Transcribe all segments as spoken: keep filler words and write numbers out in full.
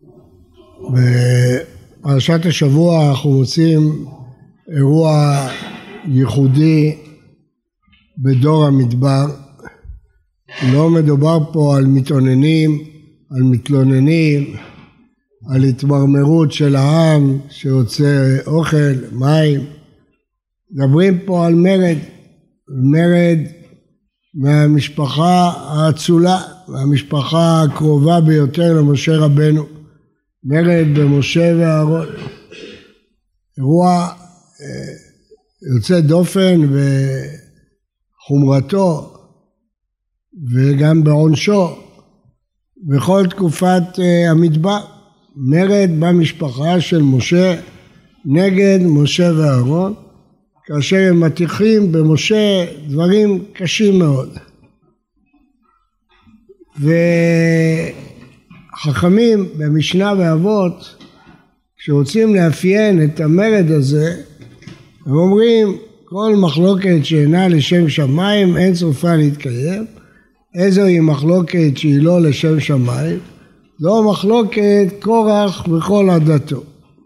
בפרשת השבוע אנחנו מוצאים אירוע ייחודי בדור המדבר. לא מדובר פה על מתאוננים, על מתלוננים, על התמרמרות של העם שרוצה אוכל, מים. מדברים פה על מרד, מרד מהמשפחה האצולה, מהמשפחה הקרובה ביותר למשה רבנו, מרד במשה ואהרון. אירוע יוצא דופן בחומרתו וגם בעונשו בכל תקופת המדבר. מרד במשפחה של משה נגד משה ואהרון, כאשר הם מטיחים במשה דברים קשים מאוד. וחכמים במשנה ואבות, כשרוצים לאפיין את המרד הזה, הם אומרים כל מחלוקת שאינה לשם שמיים אין סופה להתקיים. איזו היא מחלוקת שהיא לא לשם שמיים? זו מחלוקת קורח וכל עדתו.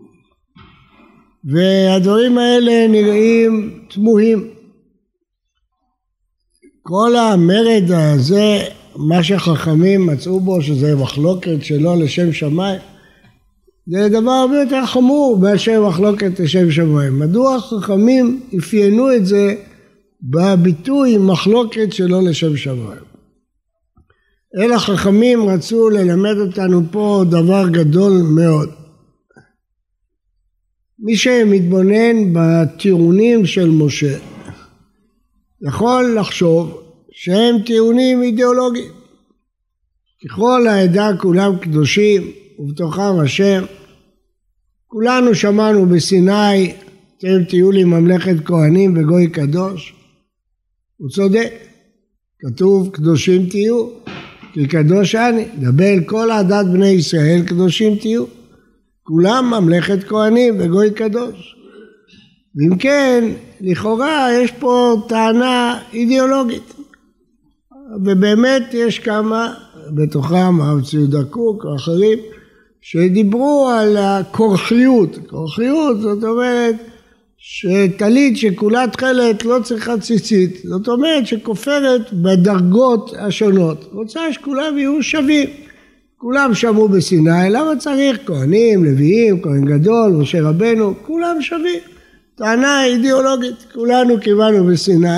והדברים האלה נראים תמוהים. כל המרד הזה, מה שחכמים מצאו בו שזה מחלוקת שלא לשם שמיים, זה דבר הרבה יותר חמור מאשר מחלוקת לשם שמיים. מדוע חכמים אפיינו את זה בביטוי מחלוקת שלא לשם שמיים? אלא חכמים רצו ללמד אותנו פה דבר גדול מאוד. מי שמתבונן בטיעונים של משה יכול לחשוב שהם טיעונים אידיאולוגיים. ככל העדה כולם קדושים ובתוכם השם. כולנו שמענו בסיני, אתם תהיו לי ממלכת כהנים וגוי קדוש. הוא צודק, כתוב קדושים תהיו, כי קדוש אני. דבר כל עדת בני ישראל קדושים תהיו. כולם ממלכת כהנים וגוי קדוש. ואם כן, לכאורה יש פה טענה אידיאולוגית. ובאמת יש כמה, בתוכם הרב ציודה קוק או אחרים, שדיברו על הכורחיות. כורחיות זאת אומרת שטלית שכולה תכלת לא צריכה ציצית. זאת אומרת שכופרת בדרגות השונות. רוצה שכולם יהיו שווים. כולם שמעו בסיני, למה צריך כהנים, לוויים, כהן גדול, משה רבנו, כולם שווים. טענה אידיאולוגית, כולנו קיבלנו בסיני.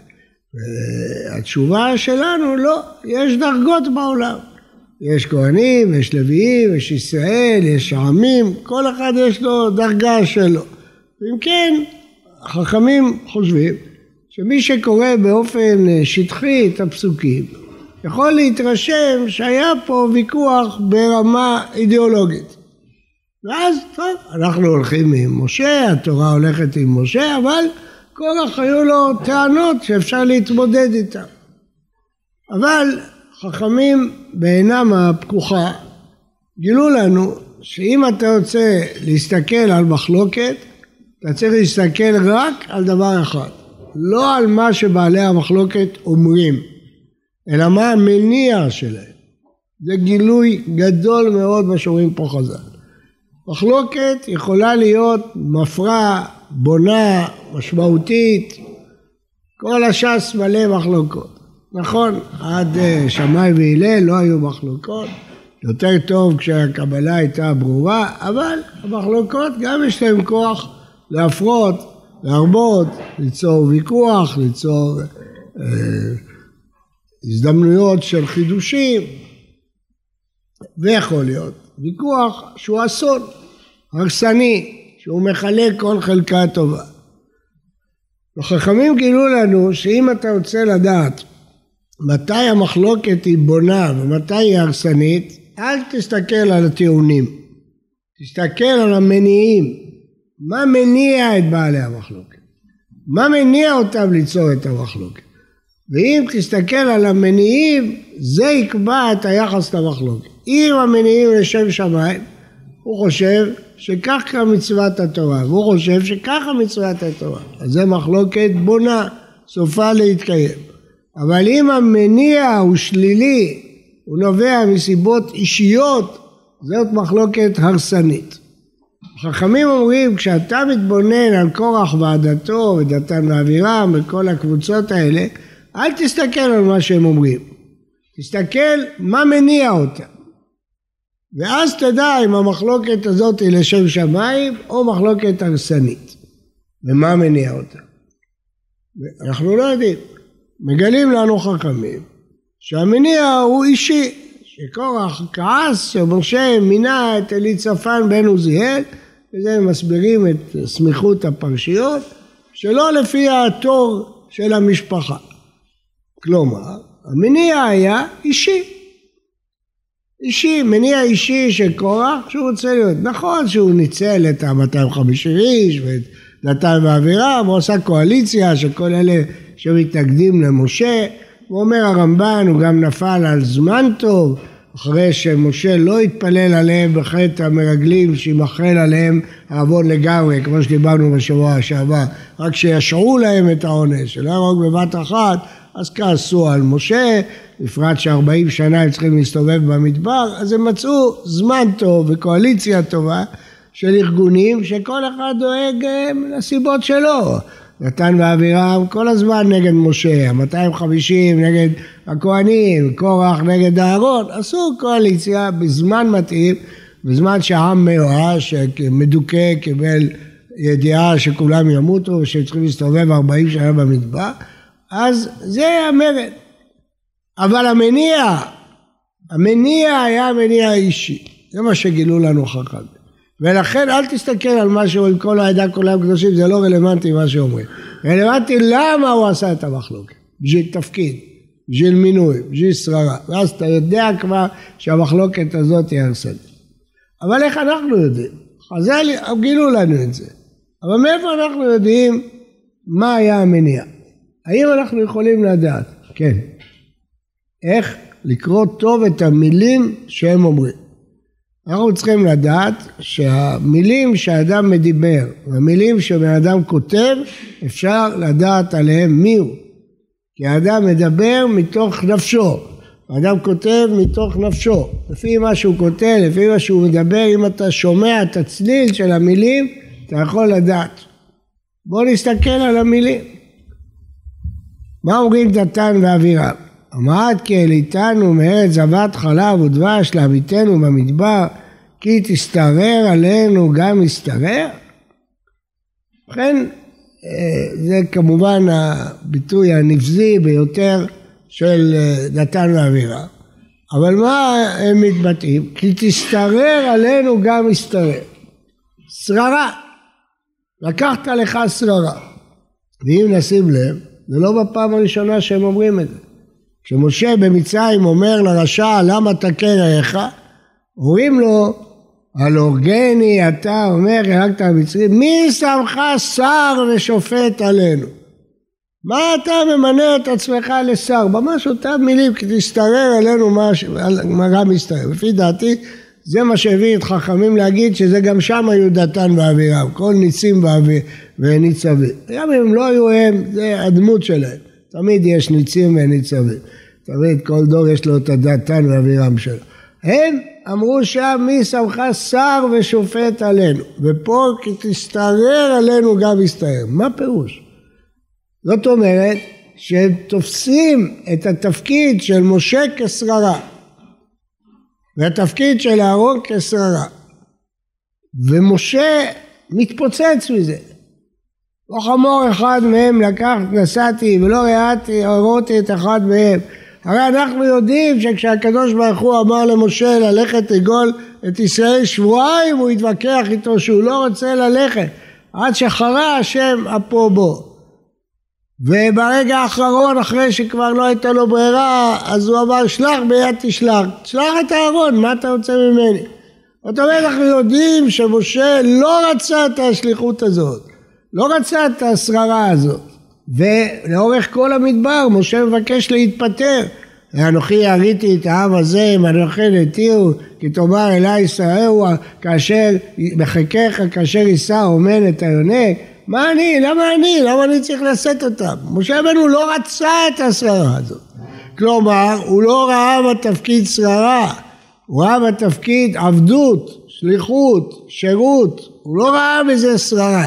והתשובה שלנו לא, יש דרגות בעולם. יש כהנים, יש לוויים, יש ישראל, יש עמים, כל אחד יש לו דרגה שלו. ואם כן, החכמים חושבים שמי שקורא באופן שטחי את הפסוקים, יכול להתרשם שהיה פה ויכוח ברמה אידיאולוגית. ואז, טוב, אנחנו הולכים עם משה, התורה הולכת עם משה, אבל קורח היו לו טענות שאפשר להתמודד איתן. אבל חכמים בעינם הפקוחה גילו לנו שאם אתה רוצה להסתכל על מחלוקת, אתה צריך להסתכל רק על דבר אחד. לא על מה שבעלי המחלוקת אומרים, אלא מה המניע שלהם. זה גילוי גדול מאוד מה שאומרים פה חז"ל. מחלוקת יכולה להיות מפרה, בונה, משמעותית. כל הש"ס מלא מחלוקות. נכון, עד שמאי והלל לא היו מחלוקות. יותר טוב כשהקבלה הייתה ברורה, אבל המחלוקות גם יש להם כוח להפרות, להרבות, ליצור ויכוח, ליצור אה, הזדמנויות של חידושים, ויכול להיות ויכוח שהוא אסון, הרסני, שהוא מחלק כל חלקה טובה. החכמים גילו לנו שאם אתה רוצה לדעת מתי המחלוקת היא בונה ומתי היא הרסנית, אל תסתכל על הטיעונים, תסתכל על המניעים. מה מניע את בעלי המחלוקת? מה מניע אותם ליצור את המחלוקת? ואם תסתכל על המניעים, זה יקבע את היחס למחלוקת. אם המניעים לשם שמיים, הוא חושב שככה מצוות התורה, והוא חושב שככה מצוות התורה. אז זה מחלוקת בונה, סופה להתקיים. אבל אם המניע הוא שלילי, הוא נובע מסיבות אישיות, זאת מחלוקת הרסנית. חכמים אומרים, כשאתה מתבונן על קורח ועדתו ודתן ואבירם וכל הקבוצות האלה, אל תסתכל על מה שהם אומרים. תסתכל מה מניע אותם. ואז תדע אם המחלוקת הזאת היא לשם שמיים או מחלוקת הרסנית. ומה מניע אותה. אנחנו לא יודעים. מגלים לנו חכמים שהמניע הוא אישי. שקורח כעס שמשה מינה את אליצפן בן עוזיאל, וזה מסבירים את סמיכות הפרשיות, שלא לפי התור של המשפחה. כלומר, המניע היה אישי. אישי, מניע אישי של קורח שהוא רוצה להיות. נכון שהוא ניצל את ה-מאתיים וחמישים איש ואת דתן ואבירם, הוא עושה קואליציה של כל אלה שמתנגדים למשה, הוא אומר הרמב"ן, הוא גם נפל על זמן טוב, אחרי שמשה לא התפלל עליהם בחטא המרגלים, שימחל עליהם העוון לגמרי, כמו שדיברנו בשבוע שעבר, רק שישעו להם את העונש, שלא רק בבת אחת, אז כעסו על משה, בפרט שארבעים שנה הם צריכים להסתובב במדבר, אז הם מצאו זמן טוב וקואליציה טובה של ארגונים, שכל אחד דואג לסיבות שלו. דתן ואבירם כל הזמן נגד משה, מאתיים וחמישים נגד הכהנים, קורח נגד אהרון, עשו קואליציה בזמן מתאים, בזמן שהעם מיואש, מדוכא, קיבל ידיעה שכולם ימותו ושהם צריכים להסתובב ארבעים שנה במדבר, אז זה המרד. אבל המניע, המניע היה מניע אישי, זה מה שגילו לנו חכמים. ולכן אל תסתכל על מה שאומרים כל העדה כולם קדושים, זה לא רלוונטי מה שאומרים. רלוונטי למה הוא עשה את המחלוקת, בשביל תפקיד, בשביל מינוי, בשביל שררה. ואז אתה יודע כבר שהמחלוקת הזאת היא הרסנית. אבל איך אנחנו יודעים? חז"ל גילו לנו את זה. אבל מאיפה אנחנו יודעים מה היה המניע? האם אנחנו יכולים לדעת? כן. איך לקרוא טוב את המילים שהם אומרים. אנחנו צריכים לדעת שהמילים שהאדם מדיבר, והמילים שהאדם כותב, אפשר לדעת עליהם מי הוא. כי האדם מדבר מתוך נפשו, האדם כותב מתוך נפשו. לפי מה שהוא כותב, לפי מה שהוא מדבר, אם אתה שומע את הצליל של המילים, אתה יכול לדעת. בואו נסתכל על המילים. מה אומרים דתן ואבירם? אמרת כי אליתנו מארץ זבת חלב ודבש להביטנו במדבר, כי תסתרר עלינו גם יסתרר? לכן זה כמובן הביטוי הנבזי ביותר של דתן ואבירם. אבל מה הם מתבטאים? כי תסתרר עלינו גם יסתרר. שררה. לקחת לך שררה. ואם נשים לב, זה לא בפעם הראשונה שהם אומרים את זה. כשמשה במצרים אומר לרשע למה תכה רעך, אומרים לו על אורגני אתה אומר הרגת המצרים, מי שמך שר ושופט עלינו? מה אתה ממנה את עצמך לשר? ממש אותם מילים, כי תסתרר עלינו מה גם מסתרר. לפי דעתי זה מה שהביא את חכמים להגיד שזה גם שם היו דתן ואבירם, כל ניצים וניצבים. גם אם הם לא היו הם, זה הדמות שלהם. תמיד יש ניצים וניצבים. תמיד כל דור יש לו את הדתן ואבירם שלו. הם אמרו שם מי שמך שר ושופט עלינו. ופה כי תסתרר עלינו גם יסתרר. מה פירוש? זאת אומרת שהם תופסים את התפקיד של משה כשררה. והתפקיד של אהרון כשררה. ומשה מתפוצץ מזה. לא חמור אחד מהם לקח, נסעתי ולא ראיתי, הראיתי את אחד מהם. הרי אנחנו יודעים שכשהקדוש ברוך הוא אמר למשה ללכת לגאול את ישראל שבועיים, הוא התווכח איתו שהוא לא רוצה ללכת, עד שחרה השם אפו בו. וברגע האחרון, אחרי שכבר לא הייתה לו ברירה, אז הוא אמר שלח ביד תשלח, שלח את אהרון, מה אתה רוצה ממני? זאת אומרת, אנחנו יודעים שמשה לא רצה את השליחות הזאת. לא רצה את השררה הזאת, ולאורך כל המדבר משה מבקש להתפטר. ואנוכי יריתי את העם הזה, אם אנוכי נטיעו, כי תאמר אלי ישראהו, כאשר בחיקך, כאשר יישא אומן את היונק. מה אני? למה אני? למה אני צריך לשאת אותם? משה רבנו לא רצה את השררה הזאת. כלומר, הוא לא ראה בתפקיד שררה, הוא ראה בתפקיד עבדות, שליחות, שירות, הוא לא ראה בזה שררה.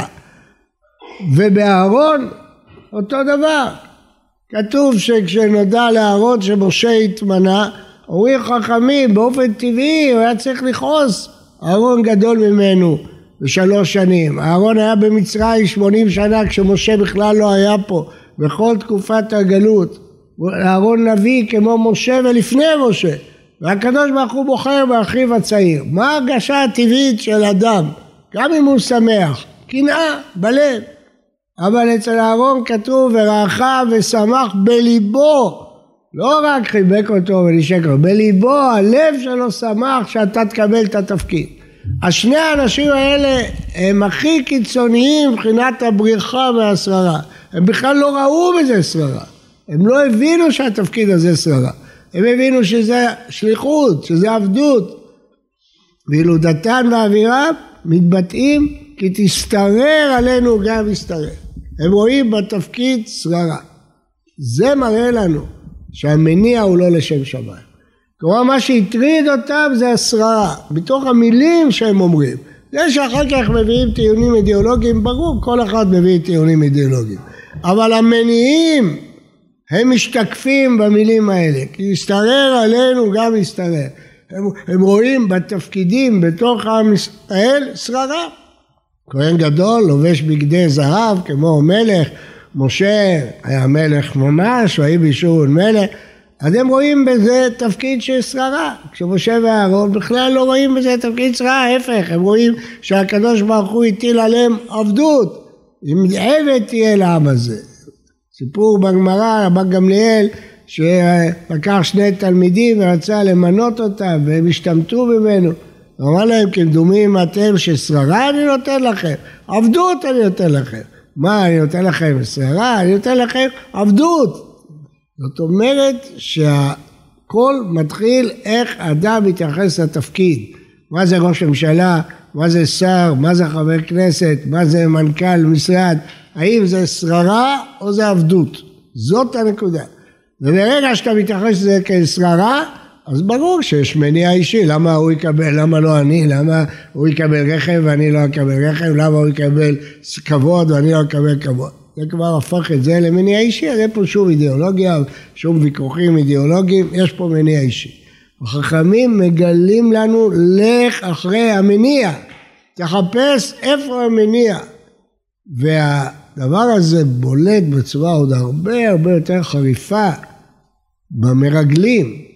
ובאהרון אותו דבר. כתוב שכשנודע לאהרון שמשה התמנה, אומרים חכמים, באופן טבעי הוא היה צריך לכעוס. אהרון גדול ממנו בשלוש שנים. אהרון היה במצרים שמונים שנה כשמשה בכלל לא היה פה, בכל תקופת הגלות. אהרון נביא כמו משה ולפני משה. והקדוש ברוך הוא בוחר באחיו הצעיר. מה ההרגשה הטבעית של אדם? גם אם הוא שמח, קנאה בלב. אבל אצל אהרון כתוב ורעך ושמח בליבו. לא רק חיבק אותו ונשק לו, בליבו הלב שלו שמח שאתה תקבל את התפקיד. השני האנשים האלה הם הכי קיצוניים מבחינת הבריחה מהשררה. הם בכלל לא ראו בזה שררה. הם לא הבינו שהתפקיד הזה שררה. הם הבינו שזה שליחות, שזה עבדות. ואילו דתן ואבירם מתבטאים כי תסתרר עלינו גם יסתרר. הם רואים בתפקיד שררה. זה מראה לנו שהמניע הוא לא לשם שמיים. כלומר מה שהטריד אותם זה השררה, בתוך המילים שהם אומרים. זה שאחר כך מביאים טיעונים אידיאולוגיים, ברור, כל אחד מביא טיעונים אידיאולוגיים. אבל המניעים הם משתקפים במילים האלה, כי יסתרר עלינו גם יסתרר. הם, הם רואים בתפקידים בתוך עם ישראל שררה. כהן גדול לובש בגדי זהב כמו מלך, משה היה מלך ממש, והיא בישורון מלך, אז הם רואים בזה תפקיד של שררה. כשמשה ואהרון בכלל לא רואים בזה תפקיד שררה, ההפך, הם רואים שהקדוש ברוך הוא הטיל עליהם עבדות, אם עבד תהיה לעם הזה. סיפור בגמרא, רבן גמליאל, שלקח שני תלמידים ורצה למנות אותם, והם השתמטו ממנו. אמר להם, כמדומים אתם ששררה אני נותן לכם, עבדות אני נותן לכם. מה אני נותן לכם? שררה? אני נותן לכם עבדות. זאת אומרת שהכל מתחיל איך אדם מתייחס לתפקיד. מה זה ראש הממשלה, מה זה שר, מה זה חבר כנסת, מה זה מנכ"ל משרד. האם זה שררה או זה עבדות? זאת הנקודה. וברגע שאתה מתייחס לזה כשררה, אז ברור שיש מניע אישי, למה הוא יקבל, למה לא אני, למה הוא יקבל רכב ואני לא אקבל רכב, למה הוא יקבל כבוד ואני לא אקבל כבוד. זה כבר הפך את זה למניע אישי, אז אין פה שום אידיאולוגיה, שום ויכוחים אידיאולוגיים, יש פה מניע אישי. החכמים מגלים לנו לך אחרי המניע, תחפש איפה המניע. והדבר הזה בולט בצורה עוד הרבה הרבה יותר חריפה במרגלים.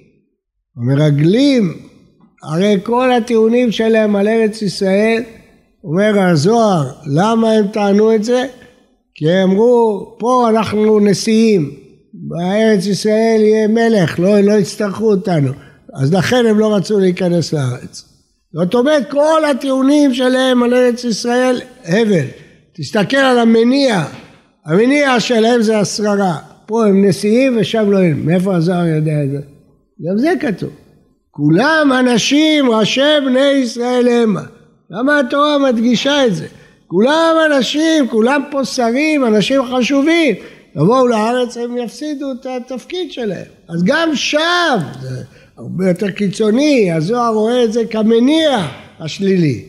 המרגלים, הרי כל הטיעונים שלהם על ארץ ישראל, אומר הזוהר, למה הם טענו את זה? כי הם אמרו, פה אנחנו נשיאים, בארץ ישראל יהיה מלך, לא, לא יצטרכו אותנו. אז לכן הם לא רצו להיכנס לארץ. זאת אומרת, כל הטיעונים שלהם על ארץ ישראל, הבל. תסתכל על המניע, המניע שלהם זה השררה. פה הם נשיאים ושם לא הם. מאיפה הזוהר יודע את זה? גם זה כתוב. כולם אנשים, ראשי בני ישראל המה. למה התורה מדגישה את זה? כולם אנשים, כולם פה שרים, אנשים חשובים. יבואו לארץ הם יפסידו את התפקיד שלהם. אז גם שם, זה הרבה יותר קיצוני, הזוהר רואה את זה כמניע השלילי.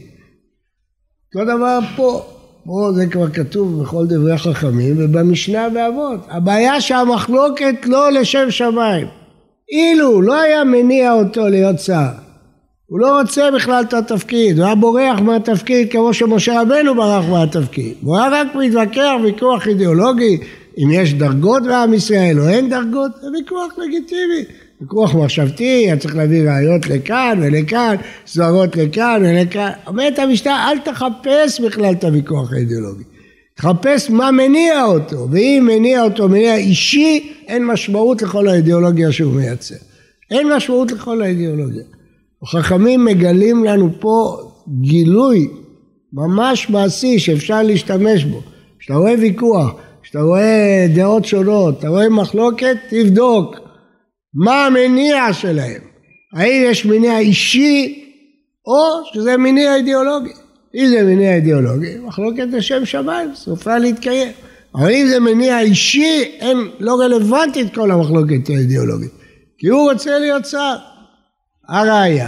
אותו דבר פה. פה זה כבר כתוב בכל דברי חכמים ובמשנה באבות. הבעיה שהמחלוקת לא לשם שמיים. אילו לא היה מניע אותו להיות שר, הוא לא רוצה בכלל את התפקיד, הוא היה בורח מהתפקיד כמו שמשה רבנו ברח מהתפקיד. הוא היה רק מתווכח ויכוח אידיאולוגי, אם יש דרגות בעם ישראל או אין דרגות, זה ויכוח לגיטימי. ויכוח מחשבתי, צריך להביא ראיות לכאן ולכאן, סברות לכאן ולכאן. אומרת המשנה, אל תחפש בכלל את הוויכוח האידיאולוגי. תחפש מה מניע אותו, ואם מניע אותו מניע אישי, אין משמעות לכל האידיאולוגיה שהוא מייצר. אין משמעות לכל האידיאולוגיה. החכמים מגלים לנו פה גילוי ממש מעשי שאפשר להשתמש בו. כשאתה רואה ויכוח, כשאתה רואה דעות שונות, אתה רואה מחלוקת, תבדוק מה המניע שלהם. האם יש מניע אישי או שזה מניע אידיאולוגי. אם זה מניע אידיאולוגי, מחלוקת לשם שמיים, סופה להתקיים. אבל אם זה מניע אישי, אין, לא רלוונטית כל המחלוקת האידיאולוגית. כי הוא רוצה להיות שר. הראיה,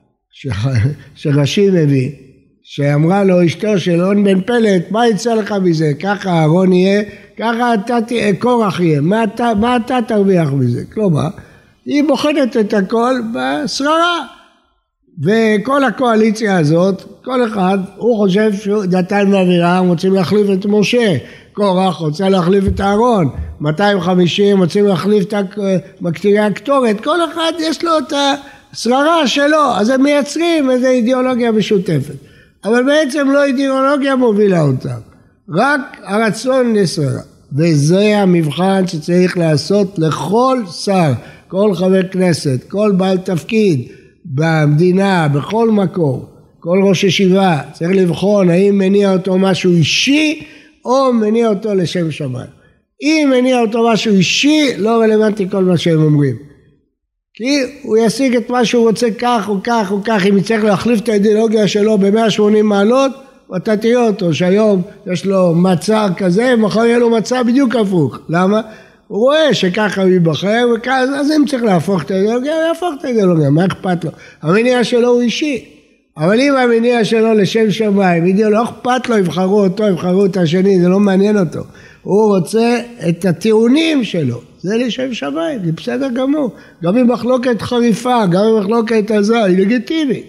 שרש"י מביא, שאמרה לו אשתו של און בן פלט, מה יצא לך מזה? ככה אהרון יהיה, ככה אתה קורח יהיה, מה אתה, מה אתה תרוויח מזה? כלומר, היא בוחנת את הכל בשררה. וכל הקואליציה הזאת, כל אחד, הוא חושב שדתן ואבירם רוצים להחליף את משה, קורח רוצה להחליף את אהרון, מאתיים וחמישים רוצים להחליף את מקטירי הקטורת, כל אחד יש לו את השררה שלו, אז הם מייצרים איזו אידיאולוגיה משותפת. אבל בעצם לא אידיאולוגיה מובילה אותם, רק הרצון לשררה. וזה המבחן שצריך לעשות לכל שר, כל חבר כנסת, כל בעל תפקיד, במדינה, בכל מקום, כל ראש ישיבה, צריך לבחון האם מניע אותו משהו אישי או מניע אותו לשם שמיים. אם מניע אותו משהו אישי, לא רלוונטי כל מה שהם אומרים. כי הוא ישיג את מה שהוא רוצה כך או כך או כך, אם יצטרך להחליף את האידיאולוגיה שלו ב-מאה ושמונים מעלות, ואתה תראה אותו שהיום יש לו מצע כזה, מחר יהיה לו מצע בדיוק הפוך. למה? הוא רואה שככה הוא ייבחר, אז אם צריך להפוך את האידיאולוגיה, הוא יהפוך את האידיאולוגיה, מה אכפת לו? המניע שלו הוא אישי, אבל אם המניע שלו לשם שמיים, אידיאולוגיה, לא אכפת לו, יבחרו אותו, יבחרו את השני, זה לא מעניין אותו. הוא רוצה את הטיעונים שלו, זה לשם שמיים, זה בסדר גמור. גם אם מחלוקת חריפה, גם אם מחלוקת עזה, היא לגיטימית.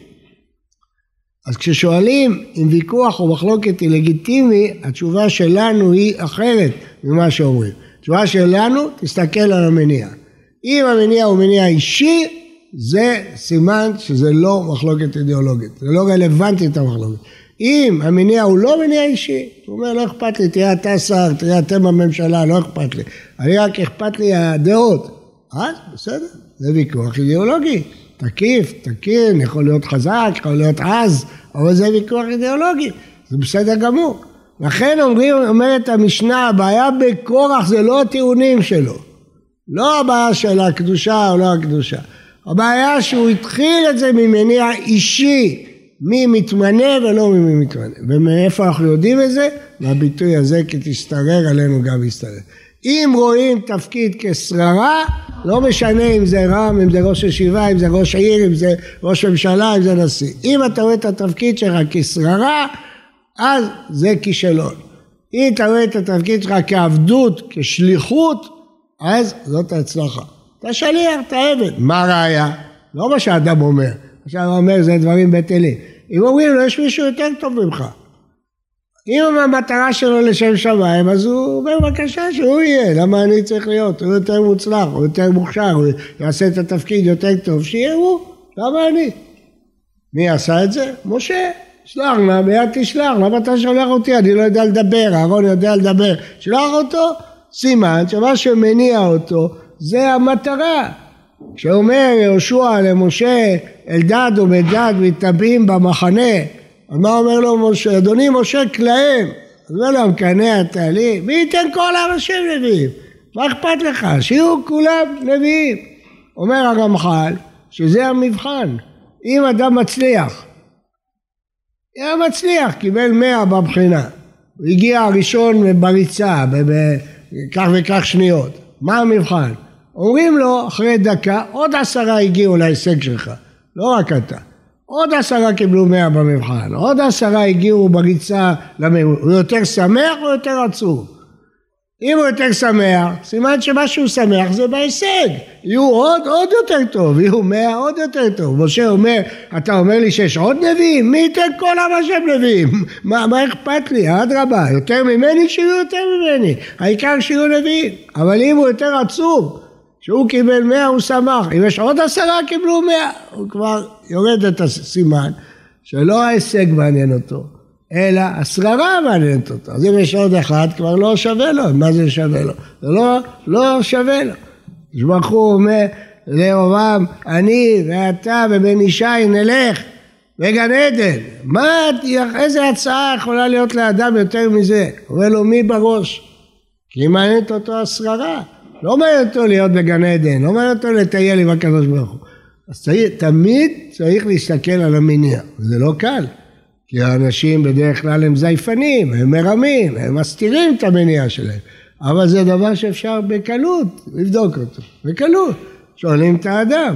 אז כששואלים אם ויכוח או מחלוקת היא לגיטימי, התשובה שלנו היא אחרת ממה שאומרים. התשובה שלנו, תסתכל על המניע. אם המניע הוא מניע אישי, זה סימן שזה לא מחלוקת אידיאולוגית. זה לא רלוונטי את המחלוקת. אם המניע הוא לא מניע אישי, הוא אומר, לא אכפת לי, תראה אתה שר, תראה אתם בממשלה, לא אכפת לי. אני רק אכפת לי הדעות. אז בסדר, זה ויכוח אידיאולוגי. תקיף, תקין, יכול להיות חזק, יכול להיות עז, אבל זה ויכוח אידיאולוגי. זה בסדר גמור. לכן אומרים, אומרת המשנה, הבעיה בקורח זה לא הטיעונים שלו. לא הבעיה של הקדושה או לא הקדושה. הבעיה שהוא התחיל את זה ממניע אישי, מי מתמנה ולא מי מתמנה. ומאיפה אנחנו יודעים את זה? מהביטוי הזה, כי תשתרר עלינו גם ישתרר. אם רואים תפקיד כשררה, לא משנה אם זה רם, אם זה ראש ישיבה, אם זה ראש עיר, אם זה ראש ממשלה, אם זה נשיא. אם אתה רואה את התפקיד שלך כשררה, אז זה כישלון. אם אתה רואה את התפקיד שלך כעבדות, כשליחות, אז זאת ההצלחה. אתה שליח, אתה עבד. מה ראיה? לא מה שהאדם אומר. מה שאדם אומר זה דברים בטלים. אם אומרים לו, יש מישהו יותר טוב ממך. אם המטרה שלו לשם שמיים, אז הוא אומר בבקשה שהוא יהיה. למה אני צריך להיות? הוא יותר מוצלח, הוא יותר מוכשר, הוא יעשה את התפקיד יותר טוב. שיהיה הוא, למה אני? מי עשה את זה? משה. שלח נא, מיד תשלח, למה אתה שולח אותי? אני לא יודע לדבר, אהרון יודע לדבר. שלח אותו, סימן שמה שמניע אותו זה המטרה. כשאומר יהושע למשה, אלדד ומדד מתטבעים במחנה, אז מה אומר לו משה? אדוני משה כלהם. אז אומר לו, המקנא אתה לי, מי ייתן כל האנשים נביאים? מה אכפת לך? שיהיו כולם נביאים. אומר הרמח"ל שזה המבחן. אם אדם מצליח, היה מצליח, קיבל מאה בבחינה. הוא הגיע הראשון בריצה, בכך וכך שניות. מה המבחן? אומרים לו, אחרי דקה, עוד עשרה הגיעו להישג שלך. לא רק אתה. עוד עשרה קיבלו מאה במבחן. עוד עשרה הגיעו בריצה למבחן. הוא יותר שמח או יותר עצוב? אם הוא יותר שמח, סימן שמשהו שמח זה בהישג. יהיו עוד, עוד יותר טוב. יהיו מאה עוד יותר טוב. משה אומר, אתה אומר לי שיש עוד נביאים? מי ייתן כל אנשים נביאים? מה, מה אכפת לי? אדרבה, יותר ממני שיהיו יותר ממני. העיקר שיהיו נביאים. אבל אם הוא יותר עצוב, שהוא קיבל מאה הוא שמח. אם יש עוד עשרה קיבלו מאה, הוא כבר יורד את הסימן שלא ההישג מעניין אותו. אלא השררה מעניינת אותו. אז אם יש עוד אחד, כבר לא שווה לו. מה זה שווה לו? זה לא, לא שווה לו. שבחו הוא אומר לירובעם, אני ואתה ובן ישי נלך בגן עדן. מה, איזה הצעה יכולה להיות לאדם יותר מזה? הוא אומר לו, מי בראש? כי מעניינת אותו השררה. לא מעניין אותו להיות בגן עדן, לא מעניין אותו לטייל עם הקדוש ברוך הוא. אז צריך, תמיד צריך להסתכל על המניע. זה לא קל. כי האנשים בדרך כלל הם זייפנים, הם מרמים, הם מסתירים את המניע שלהם. אבל זה דבר שאפשר בקלות לבדוק אותו, בקלות. שואלים את האדם,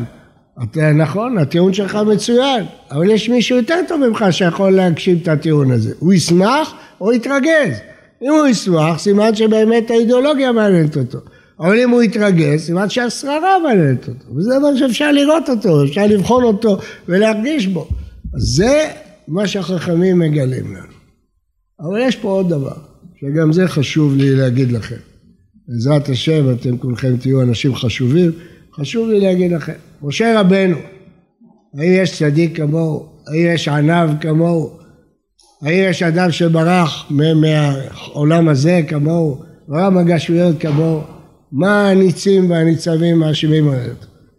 אתה, נכון, הטיעון שלך מצוין, אבל יש מישהו יותר טוב ממך שיכול להגשים את הטיעון הזה. הוא ישמח או יתרגז. אם הוא ישמח, סימן שבאמת האידיאולוגיה מעניינת אותו. אבל אם הוא יתרגז, סימן שהשררה מעניינת אותו. וזה דבר שאפשר לראות אותו, אפשר לבחון אותו ולהרגיש בו. אז זה מה שהחכמים מגלים לנו. אבל יש פה עוד דבר, שגם זה חשוב לי להגיד לכם. בעזרת השם, אתם כולכם תהיו אנשים חשובים, חשוב לי להגיד לכם. משה רבנו, האם יש צדיק כמוהו? האם יש ענב כמוהו? האם יש אדם שברח מהעולם הזה כמוהו? ברח מהגשמיות כמוהו? מה הניצים והניצבים מאשימים עליהם?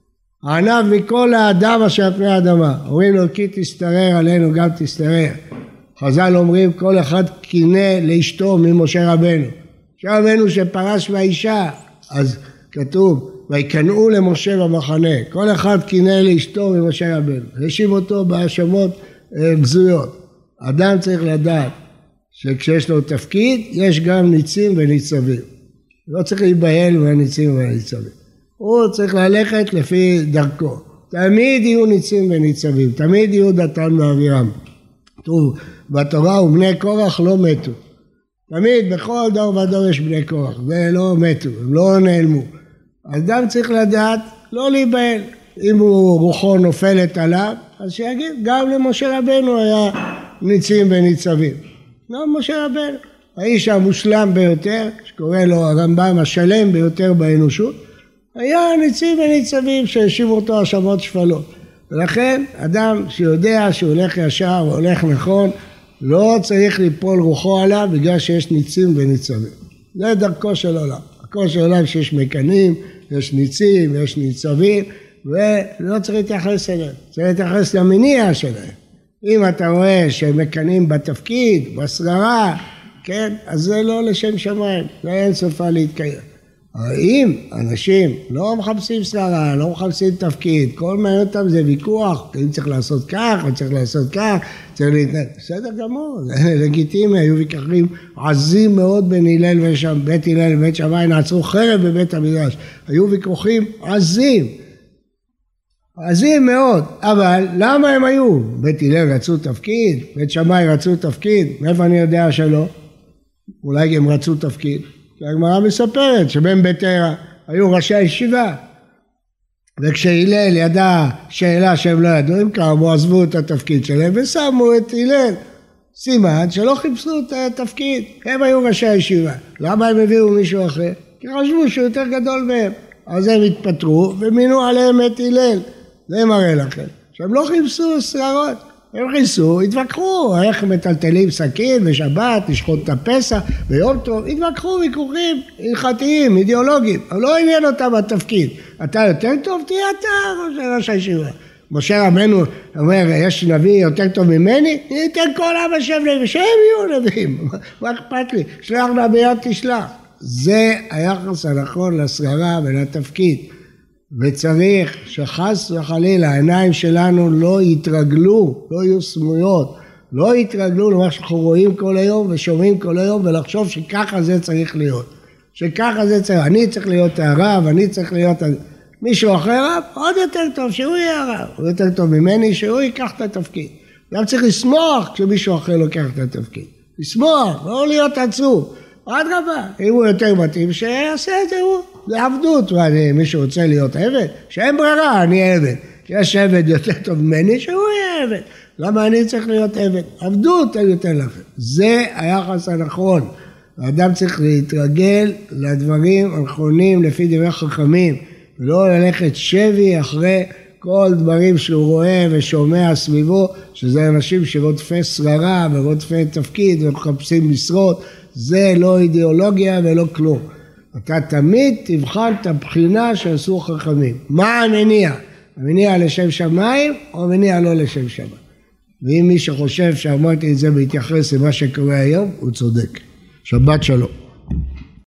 הענב מכל האדם אשר על פני האדמה. אומרים לו כי תסתרר עלינו גם תסתרר. חז"ל אומרים כל אחד קינא לאשתו ממשה רבנו. משה רבנו שפרש מהאישה, אז כתוב ויקנאו למשה במחנה. כל אחד קינא לאשתו ממשה רבנו. האשים אותו בהאשמות בזויות. אדם צריך לדעת שכשיש לו תפקיד יש גם ניצים וניצבים. לא צריך להיבהל מהניצים והניצבים. הוא צריך ללכת לפי דרכו. תמיד יהיו ניצים וניצבים, תמיד יהיו דתן ואבירם. טוב, בתורה ובני קורח לא מתו. תמיד בכל דור ודור יש בני קורח, ולא מתו, הם לא נעלמו. אדם צריך לדעת לא להיבהל. אם הוא רוחו נופלת עליו, אז שיגיד, גם למשה רבנו היה ניצים וניצבים. גם משה רבנו. האיש המושלם ביותר, שקורא לו הרמב"ם השלם ביותר באנושות, היה ניצים וניצבים שהאשימו אותו האשמות שפלות. ולכן אדם שיודע שהוא הולך ישר והולך נכון, לא צריך ליפול רוחו עליו בגלל שיש ניצים וניצבים. זה דרכו של עולם. דרכו של עולם שיש מקנים, יש ניצים, יש ניצבים, ולא צריך להתייחס אליהם. צריך להתייחס למניע שלהם. אם אתה רואה שהם מקנים בתפקיד, בשררה, כן, אז זה לא לשם שמיים, זה אין סופה להתקיים. אבל אם אנשים לא מחפשים שררה, לא מחפשים תפקיד, כל מעניין אותם זה ויכוח, אם צריך לעשות כך, או צריך לעשות כך, צריך להתנהל, בסדר גמור, זה לגיטימי, היו ויכוחים עזים מאוד בין הלל ושם, בית הלל ובית שמאי, נעצרו חרב בבית המדרש, היו ויכוחים עזים, עזים מאוד, אבל למה הם היו? בית הלל רצו תפקיד, בית שמאי רצו תפקיד, מאיפה אני יודע שלא? אולי הם רצו תפקיד. הגמרא מספרת שבין בית תרא היו ראשי הישיבה, וכשהלל ידע שאלה שהם לא ידעו, הם קמו, עזבו את התפקיד שלהם ושמו את הלל. סימן שלא חיפשו את התפקיד, הם היו ראשי הישיבה. למה הם הביאו מישהו אחר? כי חשבו שהוא יותר גדול מהם. אז הם התפטרו ומינו עליהם את הלל. זה מראה לכם. שהם לא חיפשו שררות. הם חיסו, התווכחו, איך מטלטלים סכין בשבת, לשחוט את הפסח, ביום טוב, התווכחו ויכוחים הלכתיים, אידיאולוגיים, אבל לא עניין אותם בתפקיד. אתה יותר טוב, תהיה אתה, ראש הישיבה. משה רבנו אומר, יש נביא יותר טוב ממני, ניתן כל עם השם נביא, שהם יהיו נביאים, מה אכפת לי? שלח נביאות תשלח. זה היחס הנכון לשררה ולתפקיד. וצריך שחס וחלילה העיניים שלנו לא יתרגלו, לא יהיו סמויות, לא יתרגלו למה שאנחנו רואים כל היום ושומעים כל היום ולחשוב שככה זה צריך להיות, שככה זה צריך, אני צריך להיות הרב, אני צריך להיות מישהו אחר רב, עוד יותר טוב שהוא יהיה הרב, הוא יותר טוב ממני שהוא ייקח את התפקיד. גם צריך לשמוח כשמישהו אחר לוקח את התפקיד, לשמוח, לא להיות עצוב. עד רבה, אם הוא יותר מתאים, שיעשה את זה הוא. זה עבדות, מישהו רוצה להיות עבד? שאין ברירה, אני עבד. יש עבד יותר טוב ממני, שהוא יהיה עבד. למה אני צריך להיות עבד? עבדות אני יותר לכם. זה היחס הנכון. האדם צריך להתרגל לדברים הנכונים לפי דברי חכמים, ולא ללכת שבי אחרי כל דברים שהוא רואה ושומע סביבו, שזה אנשים שרודפי שררה ורודפי תפקיד ומחפשים משרות, זה לא אידיאולוגיה ולא כלום. אתה תמיד תבחן את הבחינה שעשו חכמים. מה המניע? המניע לשם שמיים או המניע לא לשם שמיים? ואם מי שחושב שאמרתי את זה בהתייחס למה שקורה היום, הוא צודק. שבת שלום.